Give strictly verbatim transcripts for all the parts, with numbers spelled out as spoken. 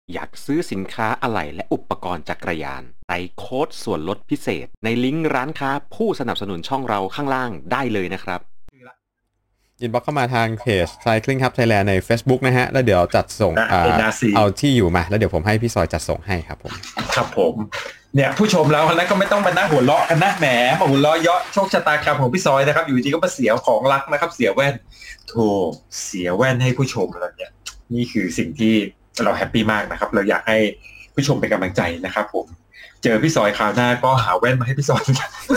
อยากซื้อสินค้าอะไหล่และอุปกรณ์จักรยานใส่โค้ดส่วนลดพิเศษในลิงก์ร้านค้าผู้สนับสนุนช่องเราข้างล่างได้เลยนะครับอินบ็อกเข้ามาทางเพจ Cycling Hub Thailand ใน Facebook นะฮะแล้วเดี๋ยวจัดส่งอ่าเอาที่อยู่มาแล้วเดี๋ยวผมให้พี่ซอยจัดส่งให้ครับผมครับผมเนี่ยผู้ชมเราแล้วก็ไม่ต้องมานั่งหัวเราะกันนะแหมมาหัวเราะเยาะโชคชะตากรรมของพี่ซอยนะครับอยู่ดีก็มาเสียของรักนะครับเสียแว่นโธ่เสียแว่นให้ผู้ชมอะไรเนี่ยนี่คือสิ่งที่เราแฮปปี้มากนะครับเราอยากให้ผู้ชมเป็นกำลังใจนะครับผมเจอพี่ซอยคราวหน้าก็หาแว่นมาให้พี่ซอย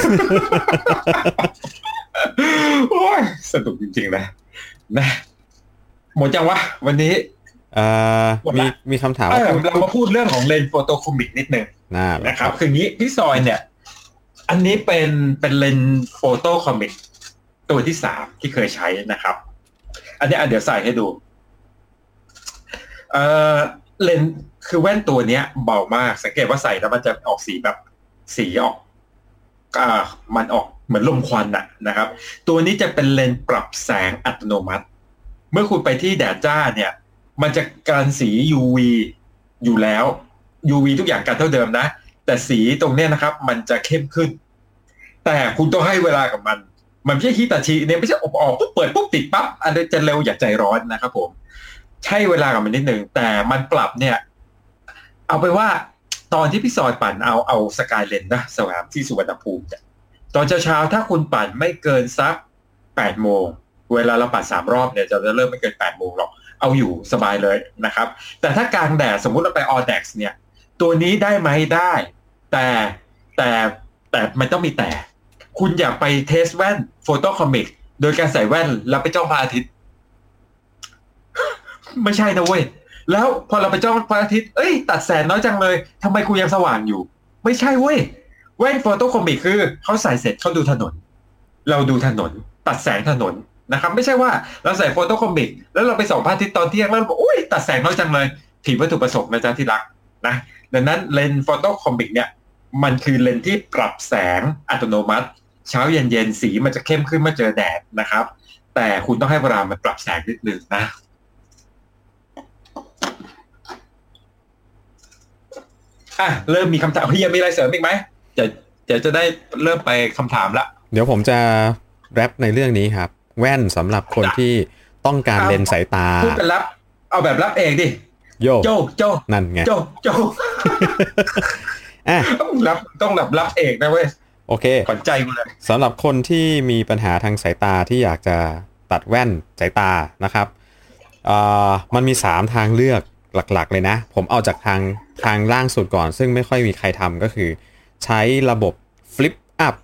โอ้ยสนุกจริงๆนะนะหมดจังวะวันนี้อ่ามีมีคำถามว่าเรามาพูดเรื่องของเลนส์โฟโตคอมิกนิดนึงนะครับคืองี้พี่ซอยเนี่ยอันนี้เป็นเป็นเลนส์โฟโตคอมิกตัวที่สามที่เคยใช้นะครับอันนี้เดี๋ยวใส่ให้ดูเอ่อเลนส์คือแว่นตัวเนี้ยเบามากสังเกตว่าใส่แล้วมันจะออกสีแบบสีออกอ่ามันออกเหมือนลมควันน่ะนะครับตัวนี้จะเป็นเลนส์ปรับแสงอัตโนมัติเมื่อคุณไปที่แดดจ้าเนี่ยมันจะกันสี ยู วี อยู่แล้ว ยู วี ทุกอย่างกันเท่าเดิมนะแต่สีตรงเนี้ยนะครับมันจะเข้มขึ้นแต่คุณต้องให้เวลากับมันมันไม่ใช่ฮิตาชิเนี่ยไม่ใช่อบออกปุ๊บเปิดปุ๊บติดปั๊บอันนี้จะเร็วอย่าใจร้อนนะครับผมใช้เวลากับมันนิดนึงแต่มันปรับเนี่ยเอาไปว่าตอนที่พี่ซอยปั่นเอาเอาสกายเลนนะสวามที่สุวรรณภูมิตอนเช้าๆถ้าคุณปั่นไม่เกินสักแปดโมงเวลาเราปั่นสามรอบเนี่ยจะเริ่มไม่เกินแปดโมงหรอกเอาอยู่สบายเลยนะครับแต่ถ้ากลางแดดสมมุติเราไป All Dex เนี่ยตัวนี้ได้ไหมได้แต่แต่แต่มันต้องมีแต่คุณอย่าไปเทสแว่นโฟโตคอมิกโดยการใส่แว่นแล้วไปจ้องพระอาทิตย์ไม่ใช่นะเว้ยแล้วพอเราไปจ้องพระอาทิตย์เอ้ยตัดแสงน้อยจังเลยทำไมกูยังสว่างอยู่ไม่ใช่เว้ยแว่นโฟโตคอมิกคือเขาใส่เสร็จเขาดูถนนเราดูถนนตัดแสงถนนนะครับไม่ใช่ว่าเราใส่โฟโตคอมิกแล้วเราไปส่องพระอาทิตย์ตอนเที่ยงแล้วเราบอกอุ้ยตัดแสงน้อยจังเลยผิดวัตถุประสงค์นะจ๊ะที่รักนะดังนั้นเลนส์โฟโตคอมิกเนี่ยมันคือเลนส์ที่ปรับแสงอัตโนมัติเช้าเย็นๆสีมันจะเข้มขึ้นเมื่อเจอแดดนะครับแต่คุณต้องให้เวลามันปรับแสงนิดนึงนะอ่ะเริ่มมีคำถามพี่ยังมีอะไรเสริมอีกไหมจะจะจะได้เริ่มไปคำถามละเดี๋ยวผมจะแรปในเรื่องนี้ครับแว่นสำหรับคนที่ต้องการเลนส์สายตาพูดเป็นรับเอาแบบรับเองดิโยโจโจนั่นไงโจโจอ่ะต้องรับต้องรับรับเองนะเว้ยโอเคขวัญใจกูเลยสำหรับคนที่มีปัญหาทางสายตาที่อยากจะตัดแว่นสายตานะครับอ่ามันมีสามทางเลือกหลักๆเลยนะผมเอาจากทางทางล่างสุดก่อนซึ่งไม่ค่อยมีใครทำก็คือใช้ระบบ Flip Up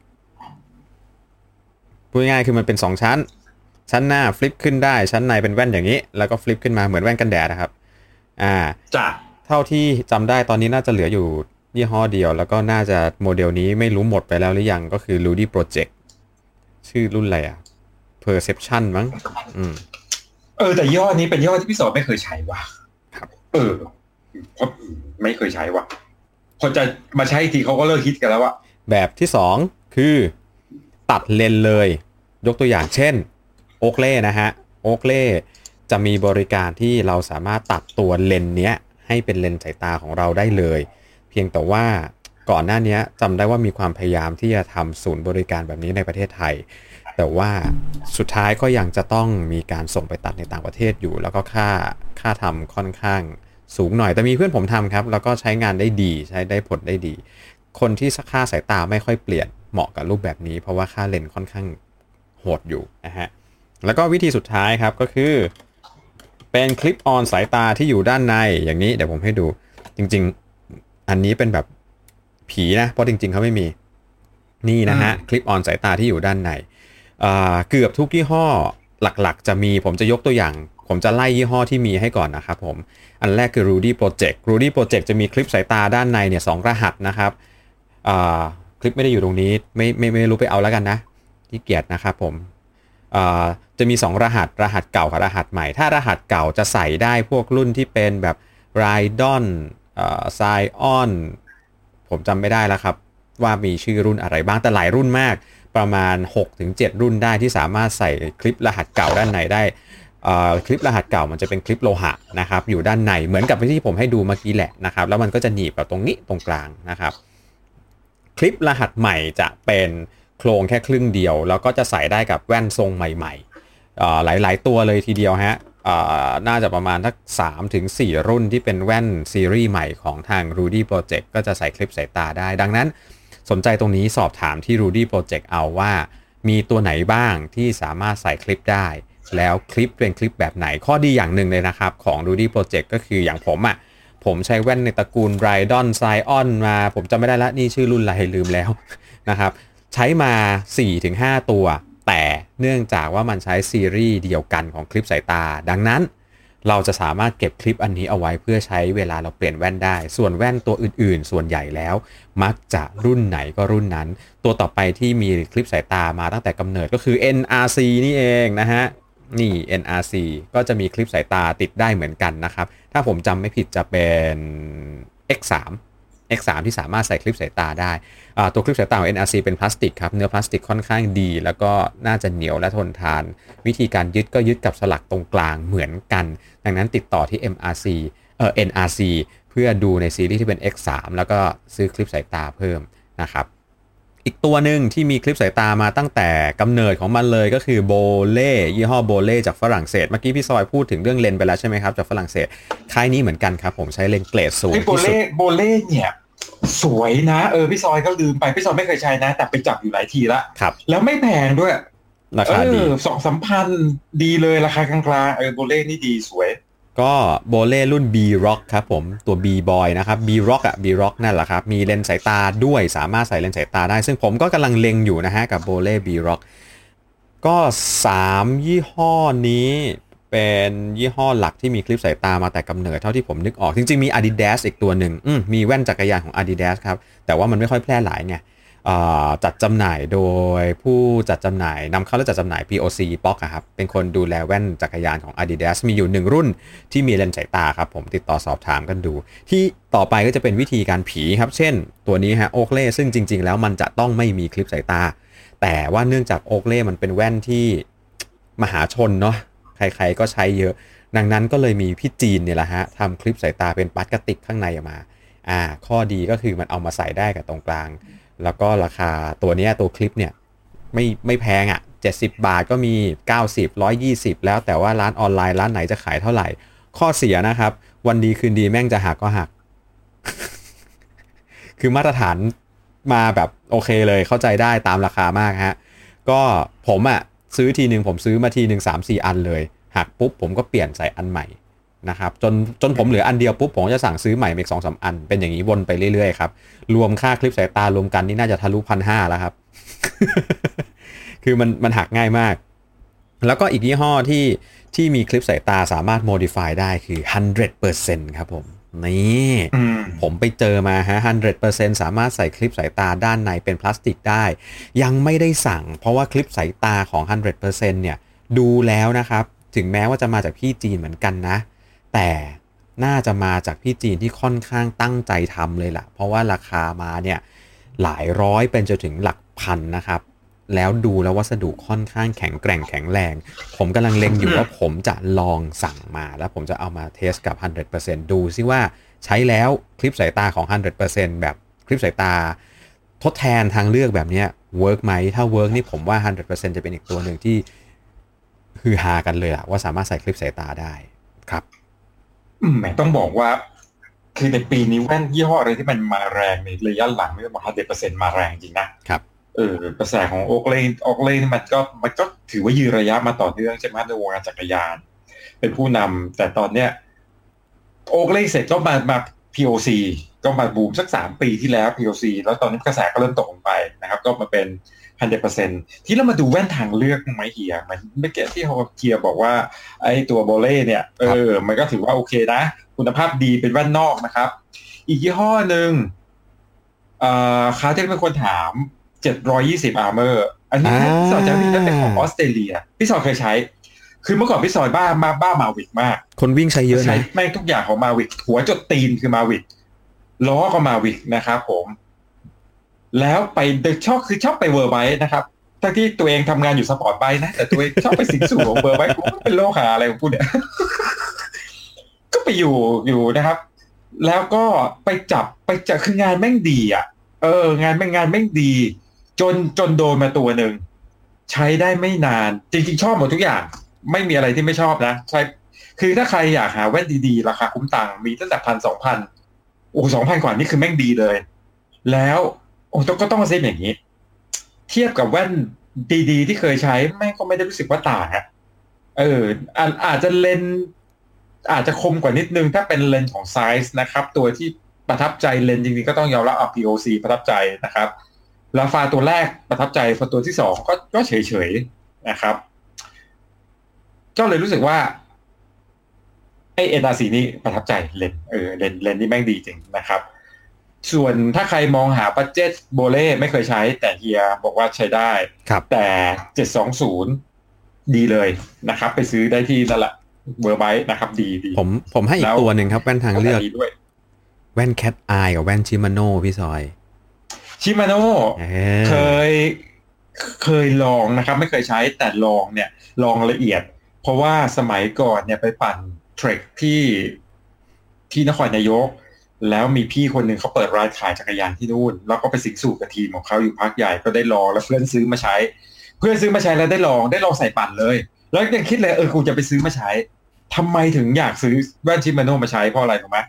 พูดง่ายๆคือมันเป็นสองชั้นชั้นหน้าฟลิปขึ้นได้ชั้นในเป็นแว่นอย่างนี้แล้วก็ฟลิปขึ้นมาเหมือนแว่นกันแดดนะครับอ่าจ้ะเท่าที่จำได้ตอนนี้น่าจะเหลืออยู่ยี่ห้อเดียวแล้วก็น่าจะโมเดลนี้ไม่รู้หมดไปแล้วหรือยังก็คือ Rudy Project ชื่อรุ่นอะไรอ่ะ Perception มั้งอืมเออแต่ยี่ห้อนี้เป็นยี่ห้อที่พี่สอนไม่เคยใช้ว่ะครับเออไม่เคยใช้ว่ะพอจะมาใช้ทีเขาก็เลิกคิดกันแล้วว่ะแบบที่สองคือตัดเลนเลยยกตัวอย่างเช่นโอ๊กเล่นะฮะโอ๊กเล่จะมีบริการที่เราสามารถตัดตัวเลนเนี้ยให้เป็นเลนสายตาของเราได้เลยเพียงแต่ว่าก่อนหน้านี้จำได้ว่ามีความพยายามที่จะทำศูนย์บริการแบบนี้ในประเทศไทยแต่ว่าสุดท้ายก็ยังจะต้องมีการส่งไปตัดในต่างประเทศอยู่แล้วก็ค่าค่าทำค่อนข้างสูงหน่อยแต่มีเพื่อนผมทำครับแล้วก็ใช้งานได้ดีใช้ได้ผลได้ดีคนที่ค่าสายตาไม่ค่อยเปลี่ยนเหมาะกับรูปแบบนี้เพราะว่าค่าเลนส์ค่อนข้างโหดอยู่นะฮะแล้วก็วิธีสุดท้ายครับก็คือเป็นคลิปออนสายตาที่อยู่ด้านในอย่างนี้เดี๋ยวผมให้ดูจริงๆอันนี้เป็นแบบผีนะเพราะจริงๆเขาไม่มีนี่นะฮะคลิปออนสายตาที่อยู่ด้านในอ่าเกือบทุกยี่ห้อหลักๆจะมีผมจะยกตัวอย่างผมจะไล่ยี่ห้อที่มีให้ก่อนนะครับผมอันแรกคือ Rudy Project Rudy Project จะมีคลิปสายตาด้านในเนี่ยสองรหัสนะครับอ่าคลิปไม่ได้อยู่ตรงนี้ไม่ไม่ไม่รู้ไปเอาแล้วกันนะขี้เกียจนะครับผมอ่าจะมีสองรหัสรหัสเก่ากับรหัสใหม่ถ้ารหัสเก่าจะใส่ได้พวกรุ่นที่เป็นแบบ Rydon อ่า Scion ผมจำไม่ได้แล้วครับว่ามีชื่อรุ่นอะไรบ้างแต่หลายรุ่นมากประมาณ หกถึงเจ็ด รุ่นได้ที่สามารถใส่คลิปรหัสเก่าด้านในได้คลิปรหัสเก่ามันจะเป็นคลิปโลหะนะครับอยู่ด้านในเหมือนกับที่ผมให้ดูเมื่อกี้แหละนะครับแล้วมันก็จะหนีบกับตรงนี้ตรงกลางนะครับคลิปรหัสใหม่จะเป็นโครงแค่ครึ่งเดียวแล้วก็จะใส่ได้กับแว่นทรงใหม่ๆหลายๆตัวเลยทีเดียวฮะน่าจะประมาณสัก สามถึงสี่ รุ่นที่เป็นแว่นซีรีส์ใหม่ของทาง Rudy Project ก็จะใส่คลิปสายตาได้ดังนั้นสนใจตรงนี้สอบถามที่ Rudy Project เอาว่ามีตัวไหนบ้างที่สามารถใส่คลิปได้แล้วคลิปเป็นคลิปแบบไหนข้อดีอย่างหนึ่งเลยนะครับของ Rudy Project ก็คืออย่างผมอ่ะผมใช้แว่นในตระกูล Rydon Scion มาผมจำไม่ได้ละนี่ชื่อรุ่นอะไรลืมแล้วนะครับใช้มา สี่ถึงห้า ตัวแต่เนื่องจากว่ามันใช้ซีรีส์เดียวกันของคลิปสายตาดังนั้นเราจะสามารถเก็บคลิปอันนี้เอาไว้เพื่อใช้เวลาเราเปลี่ยนแว่นได้ส่วนแว่นตัวอื่นๆส่วนใหญ่แล้วมักจะรุ่นไหนก็รุ่นนั้นตัวต่อไปที่มีคลิปสายตามาตั้งแต่กำเนิดก็คือ เอ็น อาร์ ซี นี่เองนะฮะนี่ เอ็น อาร์ ซี ก็จะมีคลิปสายตาติดได้เหมือนกันนะครับถ้าผมจำไม่ผิดจะเป็น เอ็กซ์ สาม เอ็กซ์ สาม ที่สามารถใส่คลิปสายตาได้ตัวคลิปสายตาของ เอ็น อาร์ ซี เป็นพลาสติกครับเนื้อพลาสติกค่อนข้างดีแล้วก็น่าจะเหนียวและทนทานวิธีการยึดก็ยึดกับสลักตรงกลางเหมือนกันดังนั้นติดต่อที่ เอ็ม อาร์ ซี เอ่อ เอ็น อาร์ ซี เพื่อดูในซีรีส์ที่เป็น เอ็กซ์ สาม แล้วก็ซื้อคลิปสายตาเพิ่มนะครับอีกตัวหนึ่งที่มีคลิปสายตามาตั้งแต่กำเนิดของมันเลยก็คือโบเล่ยี่ห้อโบเล่จากฝรั่งเศสเมื่อกี้พี่ซอยพูดถึงเรื่องเลนส์ไปแล้วใช่ไหมครับจากฝรั่งเศสค่ายนี้เหมือนกันครับผมใช้เลนส์เกรดสูงที่สุดโบเล่โบเล่เนี่ยสวยนะเออพี่ซอยก็ลืมไปพี่ซอยไม่เคยใช้นะแต่ไปจับอยู่หลายทีละครับแล้วไม่แพงด้วยราคาดีสองสามพันดีเลยราคากลางๆเออโบเล่นี่ดีสวยก็โบเล่รุ่น B-Rock ครับผมตัว B-Boy นะครับ B-Rock อ่ะ B-Rock นั่นแหละครับมีเลนส์สายตาด้วยสามารถใส่เลนส์สายตาได้ซึ่งผมก็กำลังเล็งอยู่นะฮะกับโบเล่ B-Rock ก็สามยี่ห้อนี้เป็นยี่ห้อหลักที่มีคลิปสายตามาแต่กำเนิดเท่าที่ผมนึกออกจริงๆมี Adidas อีกตัวหนึ่งมีแว่นจักรยานของ Adidas ครับแต่ว่ามันไม่ค่อยแพร่หลายไงจัดจำหน่ายโดยผู้จัดจำหน่ายนำเข้าและจัดจำหน่าย พี โอ ซี ป๊อกครับเป็นคนดูแลแว่นจักรยานของ Adidas มีอยู่หนึ่งรุ่นที่มีเลนส์สายตาครับผมติดต่อสอบถามกันดูที่ต่อไปก็จะเป็นวิธีการผีครับเช่นตัวนี้ฮะโอ๊กเล่ซึ่งจริงๆแล้วมันจะต้องไม่มีคลิปสายตาแต่ว่าเนื่องจากโอ๊กเล่มันเป็นแว่นที่มหาชนเนาะใครๆก็ใช้เยอะดังนั้นก็เลยมีพี่จีนเนี่ยแหละฮะทำคลิปสายตาเป็นพลาสติกข้างในออกมาอ่าข้อดีก็คือมันเอามาใส่ได้กับตรงกลางแล้วก็ราคาตัวนี้ตัวคลิปเนี่ยไม่ไม่แพงอ่ะเจ็ดสิบบาทก็มีเก้าสิบ หนึ่งร้อยยี่สิบแล้วแต่ว่าร้านออนไลน์ร้านไหนจะขายเท่าไหร่ข้อเสียนะครับวันดีคืนดีแม่งจะหักก็หัก คือมาตรฐานมาแบบโอเคเลยเข้าใจได้ตามราคามากฮะก็ผมอ่ะซื้อทีนึงผมซื้อมาทีนึง สามสี่ อันเลยหักปุ๊บผมก็เปลี่ยนใส่อันใหม่นะครับจนจนผมเหลืออันเดียวปุ๊บผมจะสั่งซื้อใหม่อีก สองสาม อันเป็นอย่างนี้วนไปเรื่อยๆครับรวมค่าคลิปสายตารวมกันนี่น่าจะทะลุ หนึ่งพันห้าร้อย แล้วครับ คือมันมันหักง่ายมากแล้วก็อีกยี่ห้อที่ที่มีคลิปสายตาสามารถ modify ได้คือ หนึ่งร้อยเปอร์เซ็นต์ ครับผมนี่ผมไปเจอมาฮะ หนึ่งร้อยเปอร์เซ็นต์ สามารถใส่คลิปสายตาด้านในเป็นพลาสติกได้ยังไม่ได้สั่งเพราะว่าคลิปสายตาของ หนึ่งร้อยเปอร์เซ็นต์ เนี่ยดูแล้วนะครับถึงแม้ว่าจะมาจากพี่จีนเหมือนกันนะแต่น่าจะมาจากพี่จีนที่ค่อนข้างตั้งใจทำเลยล่ะเพราะว่าราคามาเนี่ยหลายร้อยเป็นจนถึงหลักพันนะครับแล้วดูแล้ววัสดุค่อนข้างแข็งแกร่งแข็งแรงผมกำลังเล็งอยู่ว่าผมจะลองสั่งมาแล้วผมจะเอามาเทสกับ หนึ่งร้อยเปอร์เซ็นต์ ดูซิว่าใช้แล้วคลิปสายตาของ หนึ่งร้อยเปอร์เซ็นต์ แบบคลิปสายตาทดแทนทางเลือกแบบนี้เวิร์กไหมถ้าเวิร์กนี่ผมว่า หนึ่งร้อยเปอร์เซ็นต์ จะเป็นอีกตัวหนึ่งที่ฮือฮากันเลยอะว่าสามารถใส่คลิปสายตาได้ครับแหมต้องบอกว่าคือในปีนี้แว่นยี่ห้ออะไรที่มันมาแรงในระยะหลังไม่ต้องบอก หนึ่งร้อยเปอร์เซ็นต์ มาแรงจริงนะครับเออกระแสของโอ๊กเล่โอ๊กเล่มันก็มันก็ถือว่ายืนระยะมาต่อเนื่องใช่ไหมในวงการจักรยานเป็นผู้นำแต่ตอนเนี้ยโอ๊กเล่เสร็จก็มามา พี โอ ซี ก็มาบูมสักสามปีที่แล้ว พี โอ ซี แล้วตอนนี้กระแสก็เริ่มตกลงไปนะครับก็มาเป็น หนึ่งร้อยเปอร์เซ็นต์ ที่เรามาดูแว่นทางเลือกไหมเฮียมันไม่เกี่ยวที่เฮียบอกว่าไอ้ตัวโบเล่เนี่ยเออมันก็ถือว่าโอเคนะคุณภาพดีเป็นแว่นนอกนะครับอีกยี่ห้อนึงเอ่อคราวที่เป็นคนถามเจ็ดร้อยยี่สิบ Armor อันนี้พี่สอนจะพี่เป็นของออสเตรเลียพี่สอนเคยใช้คือเมื่อก่อนพี่สอนบ้ามาบ้ามาวิกมากคนวิ่งใช้เยอะนะแม่งทุกอย่างของมาวิกหัวจดตีนคือมาวิกล้อก็มาวิกนะครับผมแล้วไปชอบคือชอบไปเวอร์ไบท์นะครับทั้งที่ตัวเองทำงานอยู่สปอร์ตไบค์นะแต่ตัวเองชอบไปสิงสู่ของเบอร์ไบค์กูเป็นโรคหาอะไรของกูเนี่ย ก็ไปอยู่อยู่นะครับแล้วก็ไปจับไปจับคืองานแม่งดีอ่ะเอองานแม่งงานแม่งดีจนจนโดนมาตัวหนึ่งใช้ได้ไม่นานจริงๆชอบหมดทุกอย่างไม่มีอะไรที่ไม่ชอบนะใช่คือถ้าใครอยากหาแว่นดีๆราคาคุ้มตังค์มีตั้งแต่พันสองพันโอ้สองพันกว่านี่คือแม่งดีเลยแล้วโอ้ก็ต้องมาเซฟอย่างนี้เทียบกับแว่นดีๆที่เคยใช้แม่งก็ไม่ได้รู้สึกว่าต่างอ่ะเอออาอาจจะเลนอาจจะคมกว่านิดนึงถ้าเป็นเลนส์ของไซส์นะครับตัวที่ประทับใจเลนส์จริงๆก็ต้องยอมรับอ่ะ พี โอ ซี ประทับใจนะครับแล้วฟาตัวแรกประทับใจฟาตัวที่สองก็ก็เฉยๆนะครับก็เลยรู้สึกว่าไอเอ็น อาร์ ซี นี่ประทับใจเลนส์เออเลนส์เลนส์นี่แม่งดีจริงนะครับส่วนถ้าใครมองหาบัดเจ็ตโบเล่ไม่เคยใช้แต่เฮียบอกว่าใช้ได้แต่เจ็ดสองศูนย์ดีเลยนะครับไปซื้อได้ที่นั่นแหละเวอร์ไบท์นะครับดีดีผมผมให้อีกตัวหนึ่งครับแว่นทางเลือกแว่นแคทอายกับแว่นชิมาโน่พี่ซอยชิมาโน่เคยเคยลองนะครับไม่เคยใช้แต่ลองเนี่ยลองละเอียดเพราะว่าสมัยก่อนเนี่ยไปปั่นเทรคที่ที่นครนายกแล้วมีพี่คนหนึ่งเขาเปิดร้านขายจักรยานที่นู่นแล้วก็ไปสิงสู่กับทีมของเขาอยู่พักใหญ่ก็ได้ลองแล้วเพื่อนซื้อมาใช้เพื่อนซื้อมาใช้แล้วได้ลองได้ลองใส่ปั่นเลยแล้วยังคิดเลยเออกูจะไปซื้อมาใช้ทำไมถึงอยากซื้อแว่นชิมาโน่มาใช้เพราะอะไรถูกไหม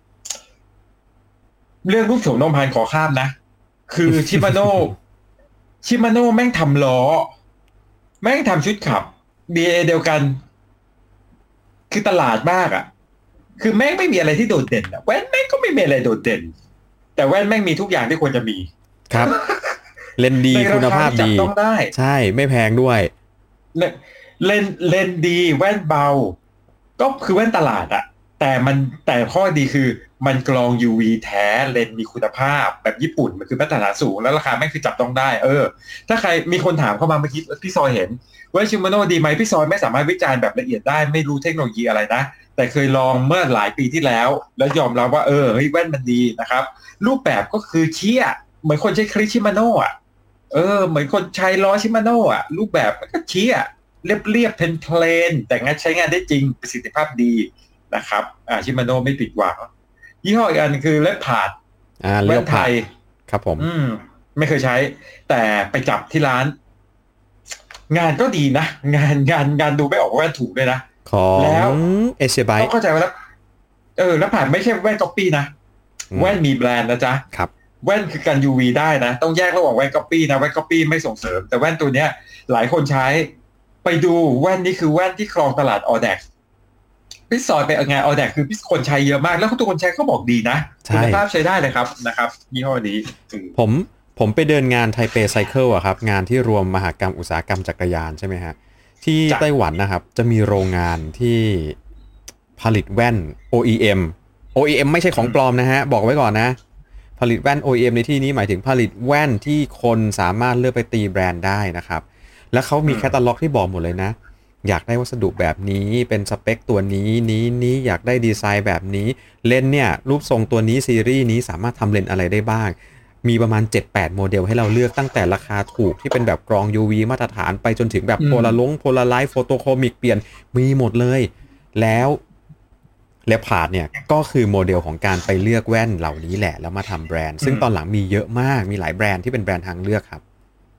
เรื่องรูปโฉมน้องพันขอข้ามนะคือชิมาโน่ชิมาโน่แม่งทำล้อแม่งทำชุดขับ บี เอ เดียวกันคือตลาดมากอ่ะคือแม่งไม่มีอะไรที่โดดเด่นอ่ะแว่นแม่งก็ไม่มีอะไรโดดเด่นแต่แว่นแม่งมีทุกอย่างที่ควรจะมีครับเลนส์ดีคุณภาพดีใช่ไม่แพงด้วยเลนเลนดีแว่นเบาก็คือแว่นตลาดอะแต่มันแต่ข้อดีคือมันกรอง ยู วี แท้เลนมีคุณภาพแบบญี่ปุ่นมันคือมาตรฐานสูงแล้วราคาไม่คือจับต้องได้เออถ้าใครมีคนถามเข้ามาเมื่อกี้พี่ซอยเห็นว่าชิมาโน่ดีไหมพี่ซอยไม่สามารถวิจารณ์แบบละเอียดได้ไม่รู้เทคโนโลยีอะไรนะแต่เคยลองเมื่อหลายปีที่แล้วแล้วยอมรับว่าเออเฮ้ยแว่นมันดีนะครับรูปแบบก็คือเชี่ยเหมือนคนใช้คริสชิมาโน่อะเออเหมือนคนใช้ล้อชิมาโน่อะรูปแบบมันก็เชี่ยเรียบๆเพลนๆแต่งานใช้งานได้จริงประสิทธิภาพดีนะครับอ่าชิมาโน่ไม่ผิดหวังยี่ห้ออีกอันคือเลปพาร์ดแว่นไทยครับผมอืมไม่เคยใช้แต่ไปจับที่ร้านงานก็ดีนะงานงานงานดูไม่ออกว่าแว่นถูกด้วยนะของแล้วเอเชียไบต้องเข้าใจว่าแล้วเออแล้วผ่านไม่ใช่แว่นก๊อปปี้นะแว่นมีแบรนด์นะจ๊ะครับแว่นคือกัน ยู วี ได้นะต้องแยกระหว่างแว่นก๊อปปี้นะแว่นก๊อปปี้ไม่ส่งเสริมแต่แว่นตัวเนี้ยหลายคนใช้ไปดูแว่นนี้คือแว่นที่ครองตลาดออแดกพี่ซอยไปงานออแดกคือพี่คนใช้เยอะมากแล้วทุกคนใช้เขาบอกดีนะคุณภาพใช้ได้เลยครับนะครับยี่ห้อนี้ผมผมไปเดินงานไทเปไซเคิลอะครับงานที่รวมมหกรรมอุตสาหกรรมจักรยานใช่ไหมฮะที่ไต้หวันนะครับจะมีโรงงานที่ผลิตแว่น โอ อี เอ็ม โอ อี เอ็ม ไม่ใช่ของปลอมนะฮะบอกไว้ก่อนนะผลิตแว่น โอ อี เอ็ม ในที่นี้หมายถึงผลิตแว่นที่คนสามารถเลือกไปตีแบรนด์ได้นะครับแล้วเขามีแคตตาล็อกที่บอกหมดเลยนะอยากได้วัสดุแบบนี้เป็นสเปคตัวนี้นี้นี้อยากได้ดีไซน์แบบนี้เลนส์เนี่ยรูปทรงตัวนี้ซีรีส์นี้สามารถทำเลนส์อะไรได้บ้างมีประมาณ เจ็ดแปด โมเดลให้เราเลือกตั้งแต่ราคาถูกที่เป็นแบบกรอง ยู วี มาตรฐานไปจนถึงแบบโพลารงโพลาไรซ์โฟโตโคมิกเปลี่ยนมีหมดเลยแล้วเลพาร์ดเนี่ยก็คือโมเดลของการไปเลือกแว่นเหล่านี้แหละแล้วมาทำแบรนด์ซึ่งตอนหลังมีเยอะมากมีหลายแบรนด์ที่เป็นแบรนด์ทางเลือกครับ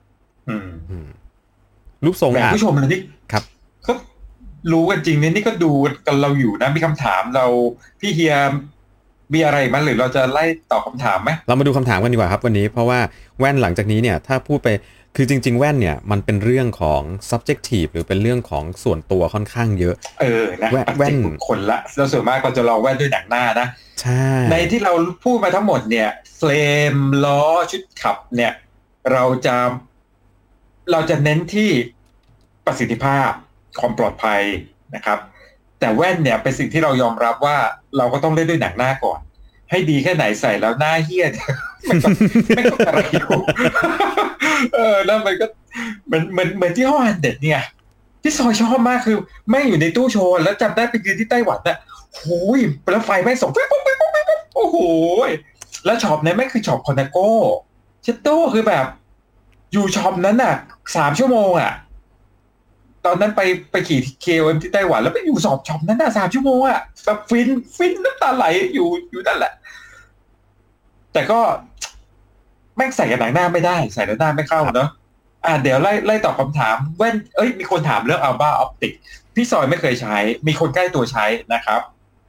รูปทรงอ่ะผู้ชมเลยนี่ครับก็รู้กันจริงเนี่ยนี่ก็ดูกันเราอยู่นะมีคำถามเราพี่เฮียมีอะไรมั้ยหรือเราจะไล่ตอบคำถามไหมเรามาดูคำถามกันดีกว่าครับวันนี้เพราะว่าแว่นหลังจากนี้เนี่ยถ้าพูดไปคือจริงๆแว่นเนี่ยมันเป็นเรื่องของ subjective หรือเป็นเรื่องของส่วนตัวค่อนข้างเยอะเออนะแว่นคนละแล้วส่วนมากเราจะลองแว่นด้วยหนังหน้านะใช่ในที่เราพูดมาทั้งหมดเนี่ยเฟรมล้อชุดขับเนี่ยเราจะเราจะเน้นที่ประสิทธิภาพความปลอดภัยนะครับแต่แว่นเนี่ยเป็นสิ่งที่เรายอมรับว่าเราก็ต้องเล่นด้วยหนังหน้าก่อนให้ดีแค่ไหนใส่แล้วหน้าเหี้ยมันก็ไม่ก็อะไรอยู่เออแล้วมันก็เหมือนเหมือนเหมือนที่ห้อฮันเด็ดเนี่ยที่ซอยชอบมากคือแม่งอยู่ในตู้โชว์แล้วจำได้ไปยืนที่ไต้หวันน่ะโอ้ยแล้วไฟแม่งส่องปุ๊บปุ๊บปุ๊บปุ๊บโอ้โหแล้วช็อปเนี่ยแม่งคือช็อปคอนาโก้เชตโต้คือแบบอยู่ช็อปนั้นน่ะสามชั่วโมงอ่ะตอนนั้นไปไปขี่ เค โอ เอ็ม ที่ไต้หวันแล้วไปอยู่สอบช็อปนั้นน่ะสามชั่วโมงอ่ะแบบฟินฟินน้ำตาไหลอยู่อยู่นั่นแหละแต่ก็แม่งใส่กับหนังหน้าไม่ได้ใส่แล้วหน้าไม่เข้าเนาะอ่ะเดี๋ยวไล่ไล่ตอบคำถามแว่นเอ้ยมีคนถามเรื่อง Alba Optic พี่ซอยไม่เคยใช้มีคนใกล้ตัวใช้นะครับ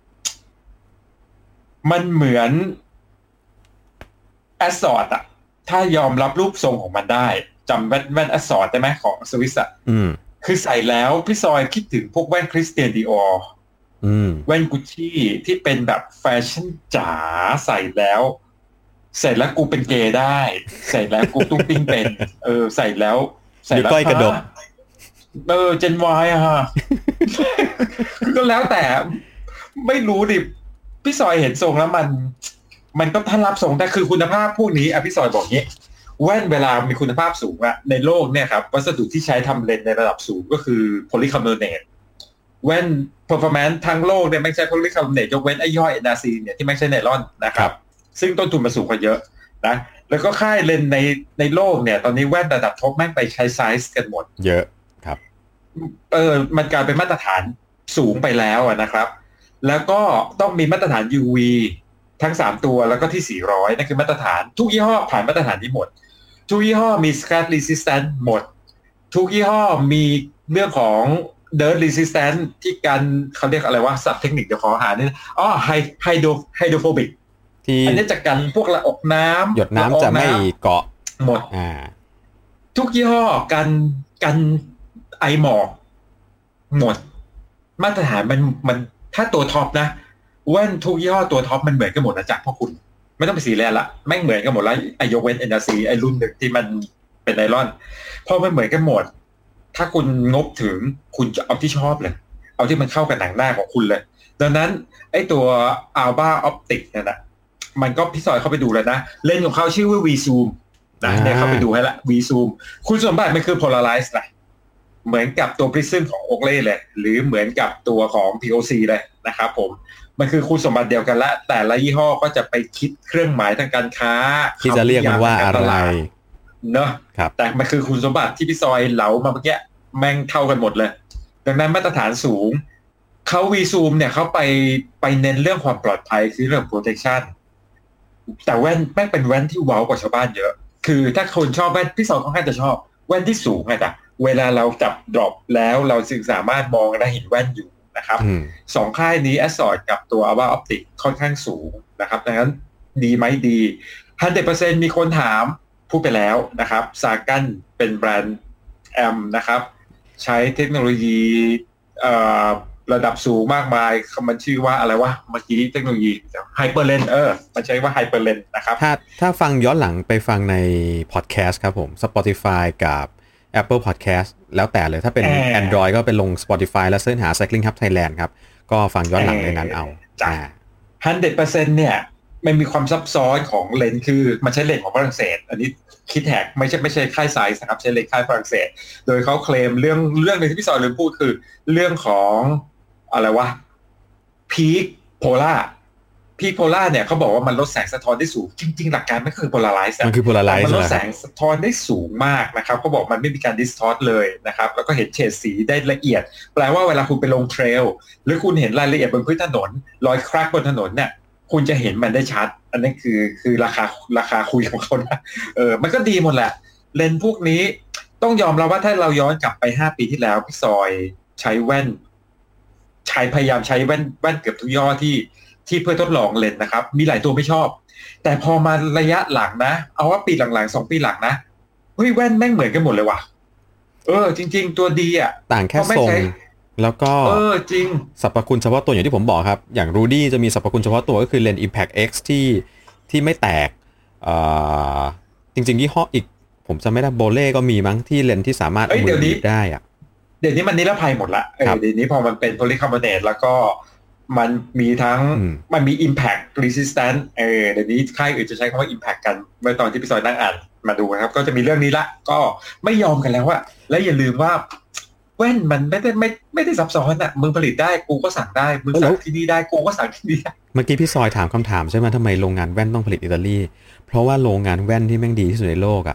มันเหมือนแอสซอร์ดอะถ้ายอมรับรูปทรงของมันได้จำแว่นแว่นแอสซอร์ดได้ไหมของสวิสอะคือใส่แล้วพี่ซอยคิดถึงพวกแว่นคริสเตียนดิออร์แว่นกุชชี่ที่เป็นแบบแฟชั่นจ๋าใส่แล้วใส่แล้วกูเป็นเกย์ได้ใส่แล้วกูตุ้งติ้งเป็นเออใส่แล้วใส่แล้วก้อยกระดกเออเจนวายอะฮะก็แล้วแต่ไม่รู้ดิพี่ซอยเห็นทรงแล้วมันมันก็ท่านรับทรงแต่คือคุณภาพพวกนี้อ่ะพี่ซอยบอกงี้แว่นเวลามีคุณภาพสูงอะในโลกเนี่ยครับวัสดุที่ใช้ทำเลนส์ในระดับสูงก็คือโพลีคาร์บอเนตแว่น performance ทั้งโลกเนี่ยไม่ใช่โพลีคาร์บอเนตยกเว้นไอ้ย่อย เอ็น อาร์ ซี เนี่ยที่ไม่ใช่ไนลอนนะครับซึ่งต้นทุนมันสูงกว่าเยอะนะแล้วก็ค่ายเลนส์ในในโลกเนี่ยตอนนี้แว่นระดับท็อปแม่งไปใช้ไซส์กันหมดเยอะครับเออมันกลายเป็นมาตรฐานสูงไปแล้วนะครับแล้วก็ต้องมีมาตรฐาน ยู วี ทั้งสามตัวแล้วก็ที่สี่ร้อยนั่นคือมาตรฐานทุกยี่ห้อผ่านมาตรฐานนี้หมดทุกยี่ห้อมี scratch resistant หมดทุกยี่ห้อมีเรื่องของ dirt resistant ที่กันเขาเรียกอะไรว่าศัพท์เทคนิคเดี๋ยวขอหาเนี่ยอ๋อ hydro hydrophobic ที่อันนี้จะกันพวกละออกน้ำหยดน้ำจะไม่เกาะหมดอ่าทุกยี่ห้อกันกันไอหมอกหมดมาตรฐานมันมันถ้าตัวท็อปนะแว่นทุกยี่ห้อตัวท็อปมันเหมือนกันหมดนะจ๊ะพ่อคุณไม่ต้องไปสีแลนละแม่งเหมือนกันหมดแล้วไอยกเว้น เอ็น อาร์ ซี ไอรุ่นหนึ่งที่มันเป็นไนลอนพอมันเหมือนกันหมดถ้าคุณงบถึงคุณจะเอาที่ชอบเลยเอาที่มันเข้ากับหนังหน้าของคุณเลยดังนั้นไอตัว Alba Optic เนี่ยนะมันก็พี่ซอยเข้าไปดูแล้วนะเลนส์ของเขาชื่อว่า V-Zoom นะเนี่ยเข้าไปดูให้ละ V-Zoom คุณสมบัติมันคือ Polarize นะเหมือนกับตัว Prism ของ Oakley เลยหรือเหมือนกับตัวของ พี โอ ซี เลยนะครับผมมันคือคุณสมบัติเดียวกันละแต่ละยี่ห้อก็จะไปคิดเครื่องหมายทางการค้าที่จะเรียกมันว่าอะไรเนอะแต่มันคือคุณสมบัติที่พี่ซอยเหลามาเมื่อกี้แม่งเท่ากันหมดเลยดังนั้นมาตรฐานสูงเขา V-Zoom เนี่ยเขาไปไปเน้นเรื่องความปลอดภัยคือเรื่อง protection แต่แว่นแม่งเป็นแว่นที่ว้าวกว่าชาวบ้านเยอะคือถ้าคนชอบแว่นพี่ซอยค่อนข้างจะชอบแว่นที่สูงไงแต่เวลาเราจับดรอปแล้วเราจึงสามารถมองและเห็นแว่นอยู่นะครับสองค่ายนี้ Assort กับตัว Alba Optic ค่อนข้างสูงนะครับดังนั้นดีไหมดี หนึ่งร้อยเปอร์เซ็นต์ มีคนถามพูดไปแล้วนะครับซากันเป็นแบรนด์แอมนะครับใช้เทคโนโลยีระดับสูงมากมายมันชื่อว่าอะไรวะเมื่อกี้เทคโนโลยีไฮเปอร์เลนเออมันใช้ว่าไฮเปอร์เลนนะครับถ้าถ้าฟังย้อนหลังไปฟังในพอดแคสต์ครับผม Spotify กับ Apple Podcast แล้วแต่เลยถ้าเป็น Android ก็เป็นลง Spotify แล้วเสิร์ชหา Cycling Hub Thailand ครับก็ฟังย้อนหลังในนั้นเอาจ้ะ หนึ่งร้อยเปอร์เซ็นต์ เนี่ยมันมีความซับซ้อนของเลนส์คือมันใช้เลนส์ของฝรั่งเศสอันนี้คิดแฮกไม่ใช่ไม่ใช่ค่ายไซส์นะครับใช้เลนส์ค่ายฝรั่งเศสโดยเขาเคลมเรื่องเรื่องนึงที่พี่ซอยลืมพูดคือเรื่องของอะไรวะพีคโพล่าพีคโพล่าเนี่ยเขาบอกว่ามันลดแสงสะท้อนได้สูงจริงๆหลักการมันคือโพลาไรซ์มันคือโพลาไรซ์มันลดแสงสะท้อนได้สูงมากนะครับเขาบอกมันไม่มีการดิสทอร์ตเลยนะครับแล้วก็เห็นเฉดสีได้ละเอียดแปลว่าเวลาคุณไปลงเทรลหรือคุณเห็นรายละเอียดบนพื้นถนนรอยครากบนถนนเนี่ยคุณจะเห็นมันได้ชัดอันนั้นคือคือราคาราคาคุยของเขานะเออมันก็ดีหมดแหละเลนส์พวกนี้ต้องยอมรับว่าถ้าเราย้อนกลับไปห้าปีที่แล้วพี่ซอยใช้แว่นใช้พยายามใช้แว่นแว่นเกือบทุกยี่ห้อที่ที่เพื่อทดลองเลนส์นะครับมีหลายตัวไม่ชอบแต่พอมาระยะหลังนะเอาว่าปีหลังๆสองปีหลังนะเฮ้ยแว่นแม่งเหมือนกันหมดเลยว่ะเออจริงๆตัวดีอ่ะต่างแค่ทรงแล้วก็เออจริงสรรพคุณเฉพาะตัวอย่างที่ผมบอกครับอย่างรูดี้จะมีสรรพคุณเฉพาะตัวก็คือเลนส์ Impact X ที่ที่ไม่แตกเอ่อจริงๆยี่ห้ออีกผมจำไม่ได้โบเล่ก็มีมั้งที่เลนส์ที่สามารถเอามือบีบได้อ่ะเดี๋ยวนี้มันนิรภัยหมดละเออเดี๋ยวนี้พอมันเป็นโพลีคาร์บอเนตแล้วก็มันมีทั้งมันมี impact resistant เออเดี๋ยวนี้ค่ายอื่นจะใช้คำว่า impact กันเมื่อตอนที่พี่ซอยนั่งอ่านมาดูนะครับก็จะมีเรื่องนี้ละก็ไม่ยอมกันแล้วว่าและอย่าลืมว่าแว่นมันไม่ได้ไม่ไม่ได้ซับซ้อนอ่ะมึงผลิตได้กูก็สั่งได้มึงสั่งที่นี่ได้กูก็สั่งที่นี่เมื่อกี้พี่ซอยถามคำถามใช่ไหมทำไมโรงงานแว่นต้องผลิตอิตาลีเพราะว่าโรงงานแว่นที่แม่งดีที่สุดในโลกอ่ะ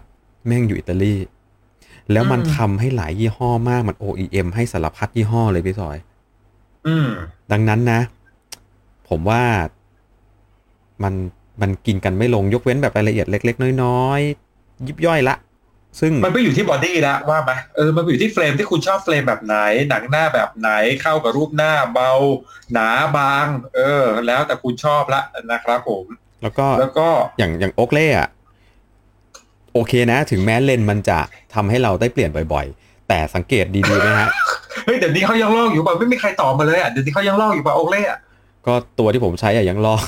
แม่งอยู่อิตาลีแล้วมันทำให้หลายยี่ห้อมากมัน โอ อี เอ็ม ให้สารพัดยี่ห้อเลยพี่ซอยอืมดังนั้นนะผมว่ามันมันกินกันไม่ลงยกเว้นแบบรายละเอียดเล็กๆน้อยๆยิบย่อยละซึ่งมันไปอยู่ที่บอดี้แล้วว่าไหมเออมันไปอยู่ที่เฟรมที่คุณชอบเฟรมแบบไหนหนังหน้าแบบไหนเข้ากับรูปหน้าเบาหนาบางเออแล้วแต่คุณชอบละนะครับผมแล้วก็แล้วก็อย่างอย่างโอ๊กเล่อะโอเคนะถึงแม้เลนมันจะทำให้เราได้เปลี่ยนบ่อยๆแต่สังเกตดีๆไหมฮะเฮ้ยเดี๋ยวนี้เขายังลอกอยู่ป่ะไม่มีใครตอบมาเลยอ่ะเดี๋ยวนี้เขายังลอกอยู่ป่ะโอ๊กเล่อะก็ตัวที่ผมใช้อะยังลอก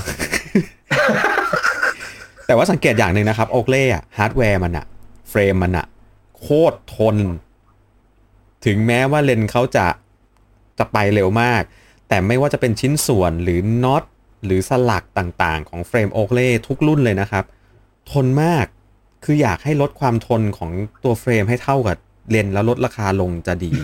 แต่ว่าสังเกตอย่างหนึ่งนะครับโอ๊กเล่อะฮาร์ดแวร์มันอะเฟรมมันอะโคตรทนถึงแม้ว่าเลนเขาจะจะไปเร็วมากแต่ไม่ว่าจะเป็นชิ้นส่วนหรือน็อตหรือสลักต่างๆของเฟรมโอ๊กเล่ทุกรุ่นเลยนะครับทนมากคืออยากให้ลดความทนของตัวเฟรมให้เท่ากับเลนแล้วลดราคาลงจะดี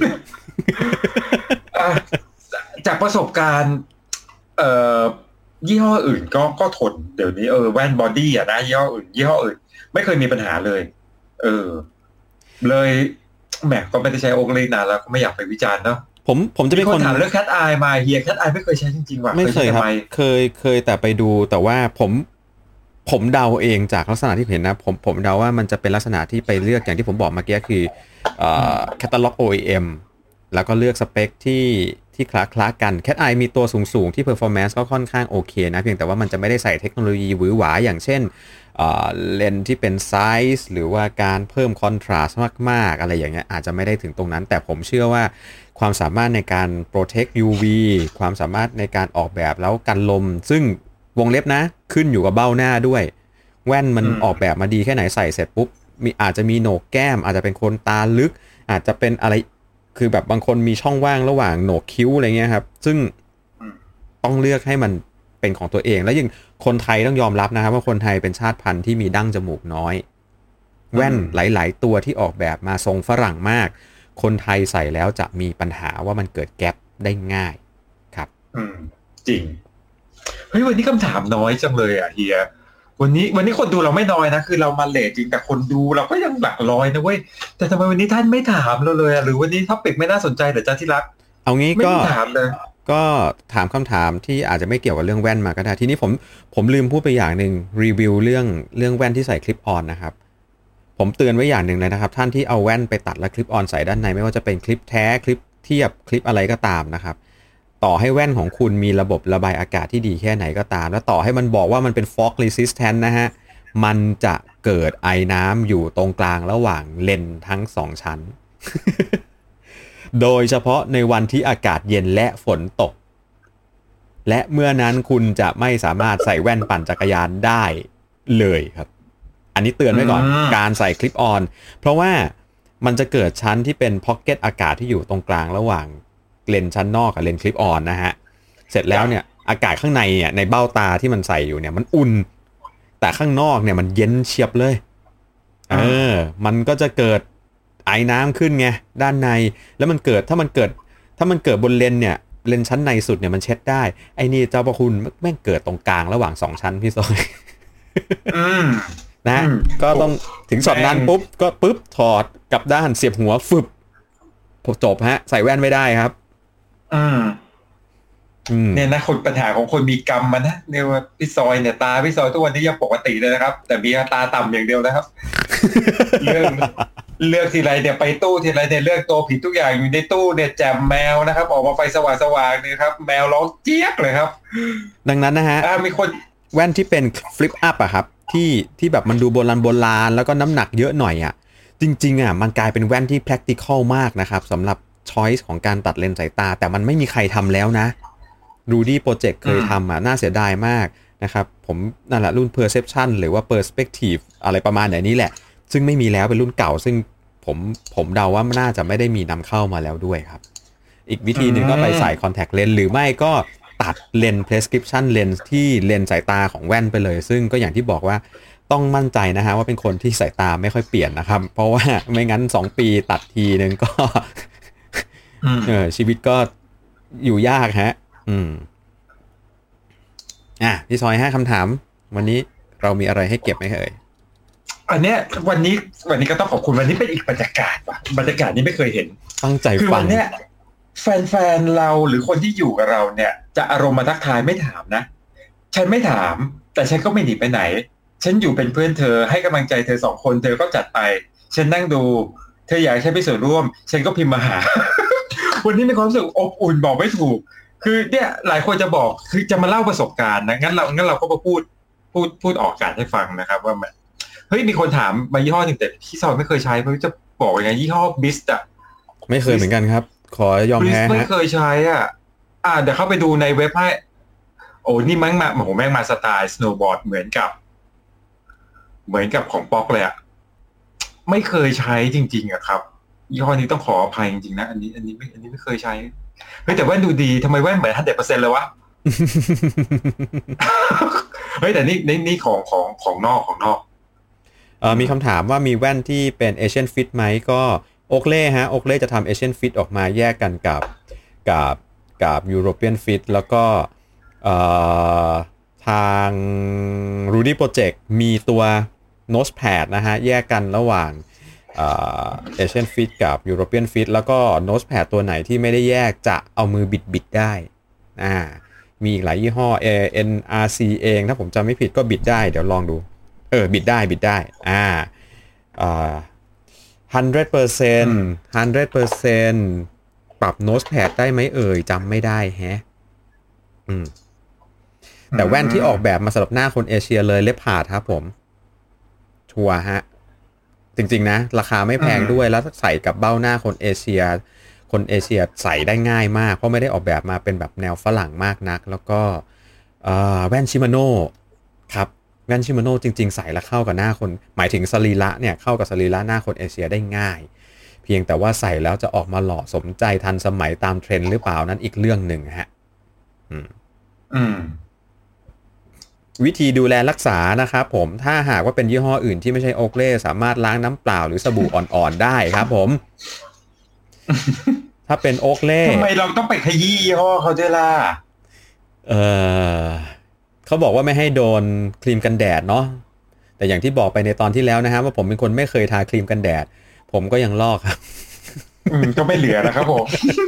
จากประสบการณ์เอ่อยี่ห้ออื่นก็ก็ทนเดี๋ยวนี้เออแว่นบอดี้อ่ะนะยี่ห้ออื่นยี่ห้ออื่นไม่เคยมีปัญหาเลยเออเลยแหมก็ไม่ได้ใช้โอ๊กเล่นานแล้วก็ไม่อยากไปวิจารณ์เนาะผมผมจะเป็นคนถามเรื่องแคทไอมาเฮียแคทไอไม่เคยใช้จริงๆว่ะไม่เคยครับเคยเคยแต่ไปดูแต่ว่าผมผมเดาเองจากลักษณะที่เห็นนะผมผมเดาว่ามันจะเป็นลักษณะที่ไปเลือกอย่างที่ผมบอกเมื่อกี้คือเอ่อแคตตาล็อก โอ อี เอ็ม แล้วก็เลือกสเปคที่ที่คล้าคล้ากัน Cat Eye มีตัวสูงๆที่ performance ก็ค่อนข้างโอเคนะเพียงแต่ว่ามันจะไม่ได้ใส่เทคโนโลยีหวือหวาอย่างเช่นเลนส์ที่เป็นไซส์หรือว่าการเพิ่มคอนทราสต์มากๆอะไรอย่างเงี้ยอาจจะไม่ได้ถึงตรงนั้นแต่ผมเชื่อว่าความสามารถในการ protect ยู วี ความสามารถในการออกแบบแล้วกันลมซึ่งวงเล็บนะขึ้นอยู่กับเบ้าหน้าด้วยแว่นมันออกแบบมาดีแค่ไหนใส่เสร็จปุ๊บมีอาจจะมีโหนกแก้มอาจจะเป็นคนตาลึกอาจจะเป็นอะไรคือแบบบางคนมีช่องว่างระหว่างโหนกคิ้วอะไรเงี้ยครับซึ่งต้องเลือกให้มันเป็นของตัวเองแล้วยิ่งคนไทยต้องยอมรับนะครับว่าคนไทยเป็นชาติพันธุ์ที่มีดั้งจมูกน้อยแว่นหลายๆตัวที่ออกแบบมาทรงฝรั่งมากคนไทยใส่แล้วจะมีปัญหาว่ามันเกิดแก๊ปได้ง่ายครับอืมจริงเฮ้ยวันนี้คำถามน้อยจังเลยอ่ะเฮียวันนี้วันนี้คนดูเราไม่น้อยนะคือเรามาเลทจริงแต่คนดูเราก็ยังหลักร้อยนะเว้ยแต่ทำไมวันนี้ท่านไม่ถามเราเลยอ่ะหรือวันนี้ท็อปิกไม่น่าสนใจเหรอจ๊ะที่รักเอางี้ก็ไม่ถามเลยก็ถามคำถามที่อาจจะไม่เกี่ยวกับเรื่องแว่นมาก็ได้ทีนี้ผมผมลืมพูดไปอย่างหนึ่งรีวิวเรื่องเรื่องแว่นที่ใส่คลิปออนนะครับผมเตือนไว้อย่างหนึ่งเลยนะครับท่านที่เอาแว่นไปตัดและคลิปออนใส่ด้านในไม่ว่าจะเป็นคลิปแท้คลิปเทียบคลิปอะไรก็ตามนะครับต่อให้แว่นของคุณมีระบบระบายอากาศที่ดีแค่ไหนก็ตามแล้วต่อให้มันบอกว่ามันเป็น fog resistant นะฮะมันจะเกิดไอน้ำอยู่ตรงกลางระหว่างเลนส์ทั้งสองชั้น โดยเฉพาะในวันที่อากาศเย็นและฝนตกและเมื่อนั้นคุณจะไม่สามารถใส่แว่นปั่นจักรยานได้เลยครับอันนี้เตือนไว้ก่อนการใส่คลิปออนเพราะว่ามันจะเกิดชั้นที่เป็นพ็อกเก็ตอากาศที่อยู่ตรงกลางระหว่างเลนส์ชั้นนอกกับเลนส์คลิปออนนะฮะเสร็จแล้วเนี่ยอากาศข้างในเนี่ยในเบ้าตาที่มันใส่อยู่เนี่ยมันอุ่นแต่ข้างนอกเนี่ยมันเย็นเฉียบเลยเออมันก็จะเกิดไอ้น้ำขึ้นไงด้านในแล้วมันเกิดถ้ามันเกิดถ้ามันเกิดบนเลนเนี่ยเลนชั้นในสุดเนี่ยมันเช็ดได้ไอ้นี่เจ้าพระคุณแม่งเกิดตรงกลางระหว่างสองชั้นพี่ซอยนะก็ต้องถึงช็อตนั้นปุ๊บก็ปุ๊บถอดกลับด้านเสียบหัวฟึบจบฮะใส่แว่นไม่ได้ครับอืมเนี่ยนะคนปัญหาของคนมีกรรมมันนะเนี่ยว่าพี่ซอยเนี่ยตาพี่ซอยทุกวันนี้ยังปกติเลยนะครับแต่มีตาต่ำอย่างเดียวนะครับ เรื่องเลือกทีไรเนี่ยไปตู้ทีไรเนี่ยเลือกตัวผิดทุกอย่างอยู่ในตู้เนี่ยแจมแมวนะครับออกมาไฟสว่างๆเนี่ยครับแมวร้องเจี๊ยกเลยครับดังนั้นนะฮะมีคนแว่นที่เป็นฟลิปอัพอะครับที่ที่แบบมันดูโบราณโบราณแล้วก็น้ำหนักเยอะหน่อยอะจริงๆอะมันกลายเป็นแว่นที่ practical มากนะครับสำหรับ choice ของการตัดเลนส์สายตาแต่มันไม่มีใครทำแล้วนะรูดี้โปรเจกต์เคยทำอ่ะน่าเสียดายมากนะครับผมนั่นแหละรุ่น perception หรือว่า perspective อะไรประมาณอย่างนี้แหละซึ่งไม่มีแล้วเป็นรุ่นเก่าซึ่งผมผมเดาว่าน่าจะไม่ได้มีนำเข้ามาแล้วด้วยครับอีกวิธีหนึ่งก็ไปใส่ contact lens หรือไม่ก็ตัดเลนส์ prescription lens ที่เลนส์สายตาของแว่นไปเลยซึ่งก็อย่างที่บอกว่าต้องมั่นใจนะฮะว่าเป็นคนที่สายตาไม่ค่อยเปลี่ยนนะครับเพราะว่าไม่งั้นสองปีตัดทีนึงก็เออชีวิตก็อยู่ยากฮะอืมอ่ะพี่ซอยห้าคำถามวันนี้เรามีอะไรให้เก็บไหมเอ่ยอันเนี้ยวันนี้วันนี้ก็ต้องขอบคุณวันนี้เป็นอีกบรรยากาศว่ะบรรยากาศนี้ไม่เคยเห็นตั้งใจฟังคือวันเนี้ยแฟนๆเราหรือคนที่อยู่กับเราเนี่ยจะอารมณ์มาทักทายไม่ถามนะฉันไม่ถามแต่ฉันก็ไม่หนีไปไหนฉันอยู่เป็นเพื่อนเธอให้กำลังใจเธอสองคนเธอก็จัดไปฉันนั่งดูเธออยากให้ฉันไปส่วนร่วมฉันก็พิมพ์มาหา วันนี้มีความรู้สึกอบอุ่นบอกไม่ถูกคือเนี่ยหลายคนจะบอกคือจะมาเล่าประสบการณ์นะงั้นเรางั้นเราก็มาพูดพูดพูดออกอากาศให้ฟังนะครับว่ามันเฮ้ยมีคนถามมายี่ห้อหนึ่งแต่พี่ซอยไม่เคยใช้เพราะจะบอกยังไงยี่ห้อบิสต์อ่ะไม่เคยเหมือนกันครับขอยอมแพ้ฮะไม่เคยใช้อ่ะอ่าเดี๋ยวเข้าไปดูในเว็บให้โอ้นี่แม่งมาโอ้โหแม่งมาสไตล์สโนว์บอร์ดเหมือนกับเหมือนกับของป๊อกเลยอ่ะไม่เคยใช้จริงๆอะครับยี่ห้อนี้ต้องขออภัยจริงๆนะอันนี้อันนี้ไม่อันนี้ไม่เคยใช้เฮ้ยแต่แว่นดูดีทำไมแว่นเหมือน ห้าสิบเปอร์เซ็นต์ เลยวะ เฮ้ยแต่นี่นี่นี่ของของของนอกของนอกเอ่อมีคำถามว่ามีแว่นที่เป็น Asian Fit ไหมก็โอเคเล่ฮะโอเคเล่จะทำ Asian Fit ออกมาแยกกันกับกับกับ European Fit แล้วก็เอ่อทาง Rudy Project มีตัว Nose Pad นะฮะแยกกันระหว่างเอ่อ Asian Fit กับ European Fit แล้วก็ Nose Pad ตัวไหนที่ไม่ได้แยกจะเอามือบิดๆได้อ่ามีอีกหลายยี่ห้อ เอ เอ็น อาร์ ซี เองถ้าผมจำไม่ผิดก็บิดได้เดี๋ยวลองดูเออบิดได้บิดได้อ่าอ่า hundred percent hundred percent ปรับ Nose Pad ได้ไหมเอ่ยจำไม่ได้แฮะอืมแต่แว่นที่ออกแบบมาสำหรับหน้าคนเอเชียเลยเล็บผ่าครับผมชัวร์ฮะจริงๆนะราคาไม่แพงด้วยแล้วใส่กับเบ้าหน้าคนเอเชียคนเอเชียใส่ได้ง่ายมากเพราะไม่ได้ออกแบบมาเป็นแบบแนวฝรั่งมากนักแล้วก็แว่นชิมาโน่ครับแว่นชิมาโน่จริงๆใส่แล้วเข้ากับหน้าคนหมายถึงสรีระเนี่ยเข้ากับสรีระหน้าคนเอเชียได้ง่ายเพียงแต่ว่าใส่แล้วจะออกมาหล่อสมใจทันสมัยตามเทรนด์หรือเปล่านั้นอีกเรื่องหนึ่งฮะอืมอืมวิธีดูแลรักษานะครับผมถ้าหากว่าเป็นยี่ห้ออื่นที่ไม่ใช่โอเคเล่สามารถล้างน้ำเปล่าหรือสบู่อ่อนๆได้ครับผมถ้าเป็นโอเคเล่ทำไมเราต้องไปขยี้ยี่ห้อเขาด้วยล่ะเออเขาบอกว่าไม่ให้โดนครีมกันแดดเนาะแต่อย่างที่บอกไปในตอนที่แล้วนะฮะว่าผมเป็นคนไม่เคยทาครีมกันแดดผมก็ยังลอกครับอืมก็ไม่เหลือนะครับผม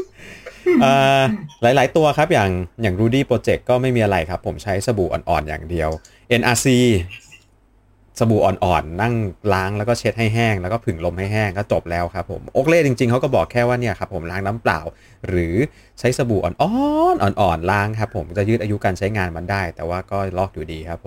หลายๆตัวครับอย่างอย่าง Rudy Project ก็ไม่มีอะไรครับผมใช้สบู่อ่อนๆอย่างเดียว เอ็น อาร์ ซี สบู่อ่อนๆนั่งล้างแล้วก็เช็ดให้แห้งแล้วก็ผึ่งลมให้แห้งก็จบแล้วครับผมโอเคเล่จริงๆเขาก็บอกแค่ว่าเนี่ยครับผมล้างน้ำเปล่าหรือใช้สบู่อ่อนๆอ่อนๆล้างครับผมจะยืดอายุการใช้งานมันได้แต่ว่าก็ลอกอยู่ดีครับผม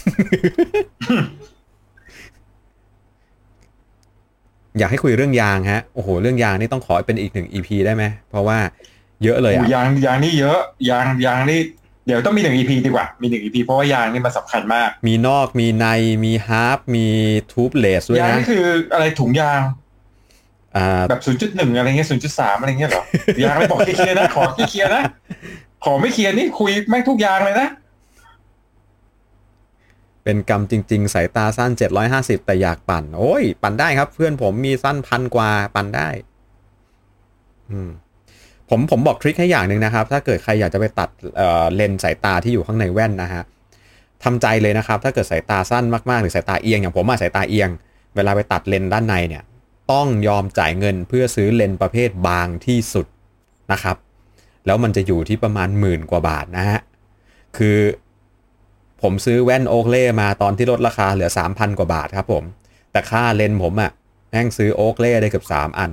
อยากให้คุยเรื่องยางฮะโอ้โหเรื่องยางนี่ต้องขอเป็นอีกหนึ่ง อี พี ได้ไหมเพราะว่าเยอะเลยอ่ะยางยางนี่เยอะยางยางนี่เดี๋ยวต้องมีหนึ่ง อี พี ดีกว่ามีหนึ่ง อี พี เพราะว่ายางนี่มันสำคัญมากมีนอกมีในมีฮาร์ปมีทูบเลสด้วยนะยางนี่คืออะไรถุงยางอ่าแบบ ศูนย์จุดหนึ่ง อะไรเงี้ย ศูนย์จุดสาม อะไรเงี้ยเหรอยางอะไรบอกเคลียร์นะขอเคลียร์นะขอไม่เคลียร์นี่คุยแม่งทุกยางเลยนะเป็นกรรมจริงๆสายตาสั้นเจ็ดร้อยห้าสิบแต่อยากปั่นโอ้ยปั่นได้ครับเพื่อนผมมีสั้นพันกว่าปั่นได้อืมผมผมบอกทริคให้อย่างหนึ่งนะครับถ้าเกิดใครอยากจะไปตัด เอ่อ เลนส์สายตาที่อยู่ข้างในแว่นนะฮะทำใจเลยนะครับถ้าเกิดสายตาสั้นมากๆหรือสายตาเอียงอย่างผมอะสายตาเอียงเวลาไปตัดเลนส์ด้านในเนี่ยต้องยอมจ่ายเงินเพื่อซื้อเลนส์ประเภทบางที่สุดนะครับแล้วมันจะอยู่ที่ประมาณหมื่นกว่าบาทนะฮะคือผมซื้อแว่นโอเคเล่มาตอนที่ลดราคาเหลือ สามพัน กว่าบาทครับผมแต่ค่าเลนส์ผมอะแม่งซื้อโอเคเล่ได้เกือบสามอัน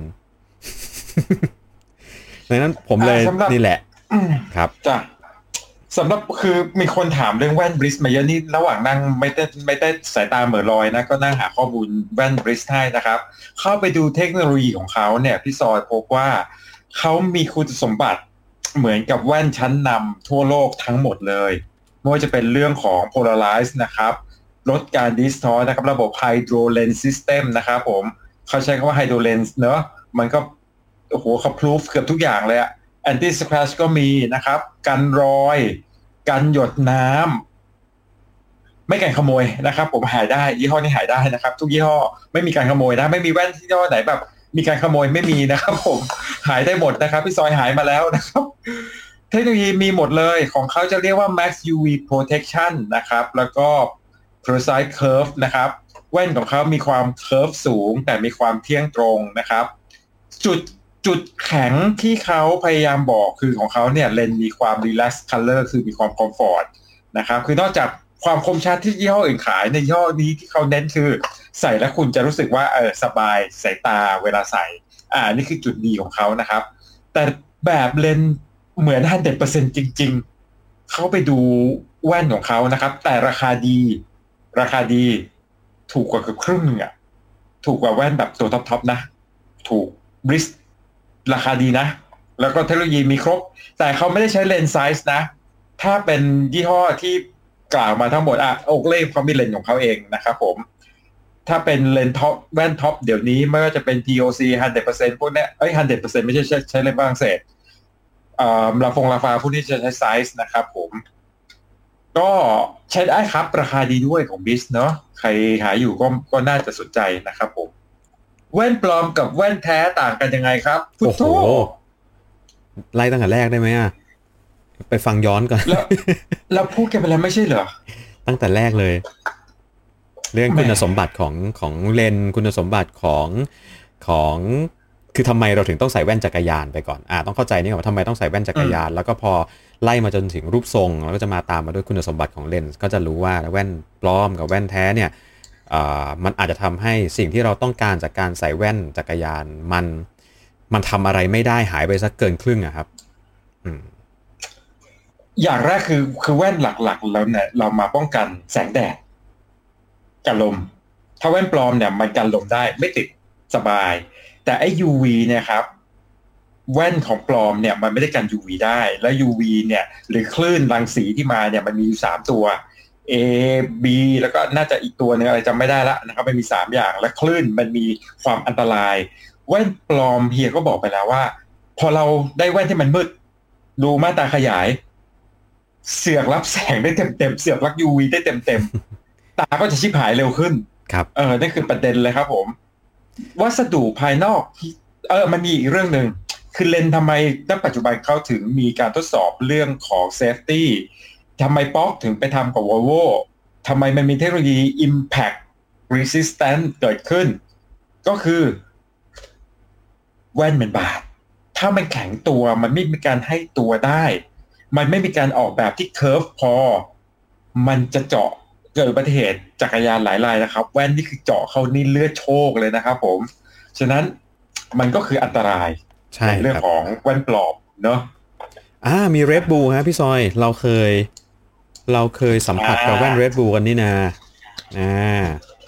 ดังนั้นผมเลยนี่แหละครับจ้ะสำหรับคือมีคนถามเรื่องแว่นบริสมาเยอะนี่ระหว่างนั่งไม่ได้ไม่ได้สายตาเหม่อลอยนะก็นั่งหาข้อมูลแว่นบริสให้นะครับเข้าไปดูเทคโนโลยีของเขาเนี่ยพี่ซอยพบว่าเขามีคุณสมบัติเหมือนกับแว่นชั้นนำทั่วโลกทั้งหมดเลยไม่ว่าจะเป็นเรื่องของ polarize นะครับลดการ distort นะครับระบบ hydro lens system นะครับผมเขาใช้คำว่า hydro lens เนอะมันก็โอ้โหเขาพรูฟเกือบทุกอย่างเลยอะ anti scratch ก็มีนะครับกันรอยกันหยดน้ำไม่กันขโมยนะครับผมหายได้ยี่ห้อนี้หายได้นะครับทุกยี่ห้อไม่มีการขโมยนะไม่มีแว่นยี่ห้อไหนแบบมีการขโมยไม่มีนะครับผมหายได้หมดนะครับพี่ซอยหายมาแล้วนะครับเทคโนโลยีมีหมดเลยของเขาจะเรียกว่า Max ยู วี Protection นะครับแล้วก็ Precise Curve นะครับแว่นของเขามีความเคิร์ฟสูงแต่มีความเที่ยงตรงนะครับจุดจุดแข็งที่เขาพยายามบอกคือของเขาเนี่ยเลนส์มีความ relax color คือมีความคอมฟอร์ตนะครับคือนอกจากความคมชัดที่ยี่ห้ออื่นขายในยี่ห้อนี้ที่เขาเน้นคือใส่แล้วคุณจะรู้สึกว่าเออสบายสายตาเวลาใส่อ่านี่คือจุดดีของเขานะครับแต่แบบเลนส์เหมือน หนึ่งร้อยเปอร์เซ็นต์ จริงๆเขาไปดูแว่นของเขานะครับแต่ราคาดีราคาดีถูกกว่าเกือบครึ่งนึงอ่ะถูกกว่าแว่นแบบตัวท็อปๆนะถูกบริสราคาดีนะแล้วก็เทคโนโลยีมีครบแต่เขาไม่ได้ใช้เลนส์ไซส์นะถ้าเป็นยี่ห้อที่กล่าวมาทั้งหมดอ่ะโอเล่เขามีเลนส์ของเขาเองนะครับผมถ้าเป็นเลนส์ท็อปแว่นท็อปเดี๋ยวนี้ไม่ว่าจะเป็น พี โอ ซี หนึ่งร้อยเปอร์เซ็นต์ พวกเนี้ยเอ้ย หนึ่งร้อยเปอร์เซ็นต์ ไม่ใช่ใช้ใช้เลนส์ฝรั่งเศสเอ่อลาฟงลาฟาพวกนี้จะใช้ไซส์นะครับผมก็ใช้ได้ครับราคาดีด้วยของบิสเนาะใครหาอยู่ก็ก็น่าจะสนใจนะครับผมแว่นปลอมกับแว่นแท้ต่างกันยังไงครับพุทโธไล่ตั้งแต่แรกได้ไหมอ่ะไปฟังย้อนก่อนแล้วเราพูดกันไปแล้วไม่ใช่เหรอตั้งแต่แรกเลยเรื่องคุณสมบัติของของเลนส์คุณสมบัติของของคือทำไมเราถึงต้องใส่แว่นจักรยานไปก่อนอ่าต้องเข้าใจนี่ก่อนว่าทำไมต้องใส่แว่นจักรยานแล้วก็พอไล่มาจนถึงรูปทรงแล้วก็จะมาตามมาด้วยคุณสมบัติของเลนส์ก็จะรู้ว่าแว่นปลอมกับแว่นแท้เนี่ยอ่ามันอาจจะทำให้สิ่งที่เราต้องการจากการใส่แว่นจักรยานมันมันทำอะไรไม่ได้หายไปสักเกินครึ่งอะครับอืมอย่างแรกคือคือแว่นหลักๆแล้วเนี่ยเรามาป้องกันแสงแดดกันลมถ้าแว่นปลอมเนี่ยมันกันลมได้ไม่ติดสบายแต่ไอ้ ยู วี เนี่ยครับแว่นของปลอมเนี่ยมันไม่ได้กัน ยู วี ได้แล้ว ยู วี เนี่ยหรือคลื่นรังสีที่มาเนี่ยมันมีอยู่สามตัว A B แล้วก็น่าจะอีกตัวนึงอะไรจำไม่ได้ละนะครับมันมีสามอย่างและคลื่นมันมีความอันตรายแว่นปลอมเฮียก็บอกไปแล้วว่าพอเราได้แว่นที่มันมืดดูม่านตาขยายเสือกรับแสงได้เต็มๆเสือกรับ ยู วี ได้เต็มๆตาก็จะชิบหายเร็วขึ้นครับเออนั่นคือประเด็นเลยครับผมวัสดุภายนอกเออมันมีอีกเรื่องนึงคือเลนส์ทำไมณปัจจุบันเขาถึงมีการทดสอบเรื่องของ safety ทำไมป๊อกถึงไปทำกับ Volvo ทำไมมันมีเทคโนโลยี impact resistant เกิดขึ้นก็คือแว่นมันบาดถ้ามันแข็งตัวมันไม่มีการให้ตัวได้มันไม่มีการออกแบบที่เคิร์ฟพอมันจะเจาะเกิดอุบัติเหตุจักรยานหลายรายนะครับแว่นนี่คือเจาะเข้านี่เลือดโชกเลยนะครับผมฉะนั้นมันก็คืออันตรายในเรื่องของแว่นปลอมเนาะอ่ามี Red Bull ฮะพี่ซอยเราเคยเราเคยสัมผัสกับแว่น Red Bull กันนี่นะอ่า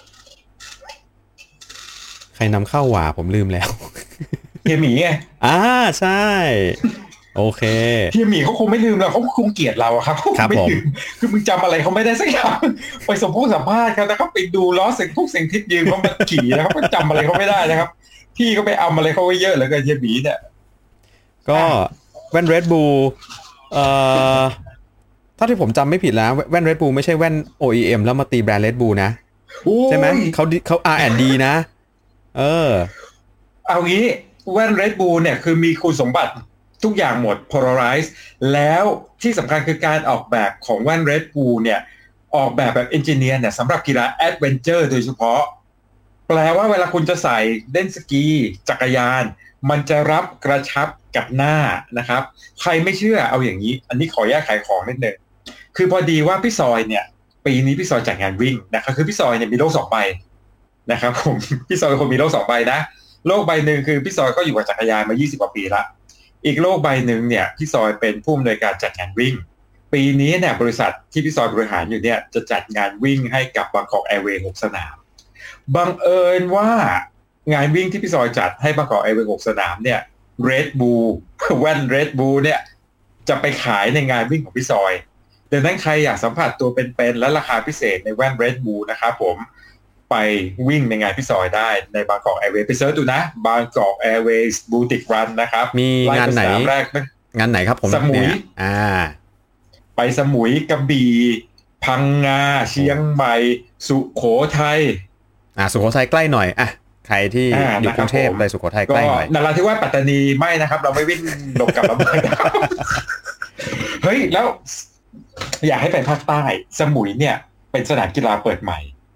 ใครนำเข้าหว่าผมลืมแล้วเฮียหมีไงอ่าใช่โอเคเฮียหมีเขาคงไม่ลืมเราเขาคงเกลียดเราครับครับผมคือมึงจำอะไรเขาไม่ได้สักอย่างไปสมพูดสัมภาษณ์เขาแล้วก็ไปดูล้อเสียงทุกเสียงทิศยืนเขามาขี่แล้วเขาก็จำอะไรเขาไม่ได้นะครับพี่ก็ไปเอาอะไรเขาไว้เยอะเหลือเกินเฮียหมีเนี่ยก็แว่น Red Bull เอ่อถ้าที่ผมจำไม่ผิดแล้วแว่น Red Bull ไม่ใช่แว่น โอ อี เอ็ม แล้วมาตีแบรนด์ Red Bull นะใช่ไหมเขาเขา อาร์ แอนด์ ดี นะเออเอางี้แว่น Red Bull เนี่ยคือมีคุณสมบัติทุกอย่างหมด polarize แล้วที่สำคัญคือการออกแบบของแว่น Red Bull เนี่ยออกแบบแบบเอนจิเนียร์เนี่ยสำหรับกีฬาแอดเวนเจอร์โดยเฉพาะแปลว่าเวลาคุณจะใส่เล่นสกีจักรยานมันจะรับกระชับกับหน้านะครับใครไม่เชื่อเอาอย่างนี้อันนี้ขอแยกขายของนิดนึงคือพอดีว่าพี่ซอยเนี่ยปีนี้พี่ซอยจัดงานวิ่งนะครับคือพี่ซอยเนี่ยมีโลกสองใบนะครับผมพี่ซอยเป็นคนมีโลกสองใบนะโลกใบหนึ่งคือพี่ซอยก็อยู่กับจักรยานมายี่สิบกว่าปีละอีกโลกใบหนึ่งเนี่ยพี่ซอยเป็นผู้อำนวยการจัดงานวิ่งปีนี้เนี่ยบริษัทที่พี่ซอยบริหารอยู่เนี่ยจะจัดงานวิ่งให้กับบางกอกแอร์เวย์หกสนามบังเอิญว่างานวิ่งที่พี่ซอยจัดให้บางกอกแอร์เวย์หกสนามเนี่ย Red Bull แว่น Red Bull เนี่ยจะไปขายในงานวิ่งของพี่ซอยดังนั้นใครอยากสัมผัสตัวเป็นๆและราคาพิเศษในแว่น Red Bull นะครับผมไปวิ่งในงานพี่ซอยได้ในบางกอกแอร์เวย์ไปเสิร์ชดูนะบางกอกแอร์เวย์บูติกรันนะครับมีงานไหนแรกงานไหนครับผมสมุยอ่าไปสมุยกระบี่พังงาเชียงใหม่สุโขทัยอ่าสุโขทัยใกล้หน่อยอ่ะใครที่อยู่กรุงเทพไปสุโขทัยใกล้หน่อยนราธิวาสปัตตานีไม่นะครับเราไม่วิ่งลงกับระเบิดเฮ้ยแล้วอยากให้ไปภาคใต้สมุยเนี่ยเป็นสนามกีฬาเปิดใหม่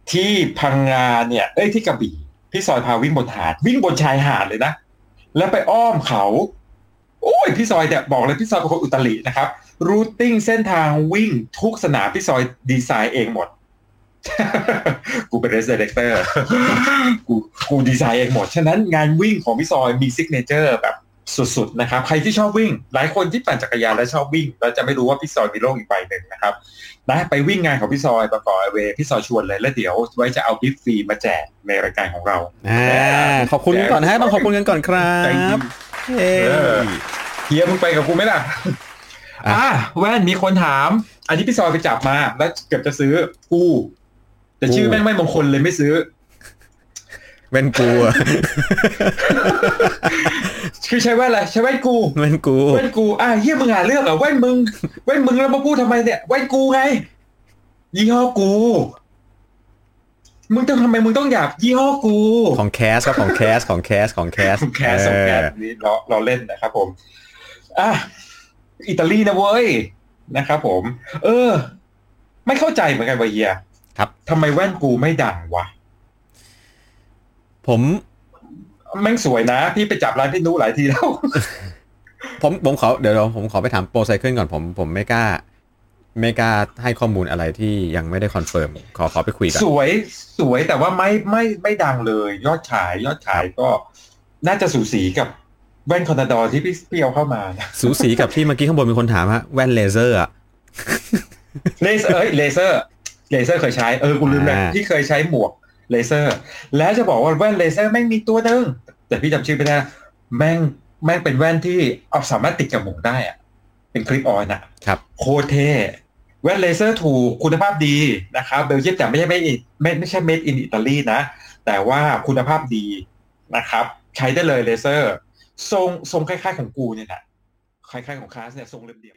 ที่พังงาเนี่ยเอ้ยที่กระบี่พี่ซอยพาวิ่งบนหาดวิ่งบนชายหาดเลยนะแล้วไปอ้อมเขาโอ้ยพี่ซอยเนี่ยบอกเลยพี่ซอยเป็นคนอุตรินะครับรูทติ้งเส้นทางวิ่งทุกสนามพี่ซอยดีไซน์เองหมด กูเป็นเรสเดเรคเตอร์ กูกูดีไซน์เองหมดฉะนั้นงานวิ่งของพี่ซอยมีซิกเนเจอร์แบบสุดๆนะครับใครที่ชอบวิ่งหลายคนที่ปั่นจักรยานและชอบวิ่งเราจะไม่รู้ว่าพี่ซอยมีโลกอีกใบหนึ่งนะครับนะไปวิ่งงานของพี่ซอยประกอบเวพี่ซอยชวนเลยแล้วเดี๋ยวไว้จะเอากิฟต์ฟรีมาแจกในรายการของเราอ่าขอบคุณกันก่อนฮะต้องขอบคุณกันก่อนครับเฮ้ยเฮียมึงไปกับกูไหมล่ะอ่ะแว่นมีคนถามอันนี้พี่ซอยไปจับมาแล้วเกือบจะซื้อกูแต่ชื่อแม่งไม่มงคลเลยไม่ซื้อแว่นกูอ่ะคือใช้แว่นอะไรใช้แว่นกูแว่นกูแว่นกูอ่ะเฮียมึงหาเรื่องเหรอแว่นมึงแว่นมึงแล้วมาพูดทำไมเนี่ยแว่นกูไงยี่ห้อกูมึงต้องทำไมมึงต้องหยาบยี่ห้อกูของแคสครับของแคสของแคสของแคสของแคสของแคสนี่เราเราเล่นนะครับผมอ่ะอิตาลีนะเว้ยนะครับผมเออไม่เข้าใจเหมือนกันว่าเฮียครับทำไมแว่นกูไม่ดังวะผมแม่งสวยนะพี่ไปจับร้านพี่นุหลายทีแล้วผมผมขอเดี๋ยวผมขอไปถามโปรไซเคิลก่อนผมผมไม่กล้าไม่กล้าให้ข้อมูลอะไรที่ยังไม่ได้คอนเฟิร์มขอขอไปคุยกันสวยสวยแต่ว่าไม่ไม่ไม่ดังเลยยอดขายยอดขายก็น่าจะสูสีกับแว่นคอนดอร์ที่พี่พี่เอาเข้ามาสูสีกับที่เมื่อกี้ข้างบนมีคนถามว่าแว่นเลเซอร์อะเลเซอร์เอ้ยเลเซอร์เลเซอร์เคยใช้เออกูลืมเลยที่เคยใช้หมวกเลเซอร์แล้วจะบอกว่าแว่นเลเซอร์แม่งมีตัวนึงแต่พี่จำชื่อไม่ได้แม่งแม่งเป็นแว่นที่เอาสามารถติดกับหมวกได้อะเป็นคลิปออนอะครับโคตรเท่แว่นเลเซอร์ถูกคุณภาพดีนะครับเบลเยียมแต่ไม่ใช่ไม่ไม่ไม่ใช่เมดอินอิตาลีนะแต่ว่าคุณภาพดีนะครับใช้ได้เลยเลเซอร์ทรงทรงคล้ายๆของกูเนี่ยแหละคล้ายๆของคลาสเนี่ยทรงเรียบ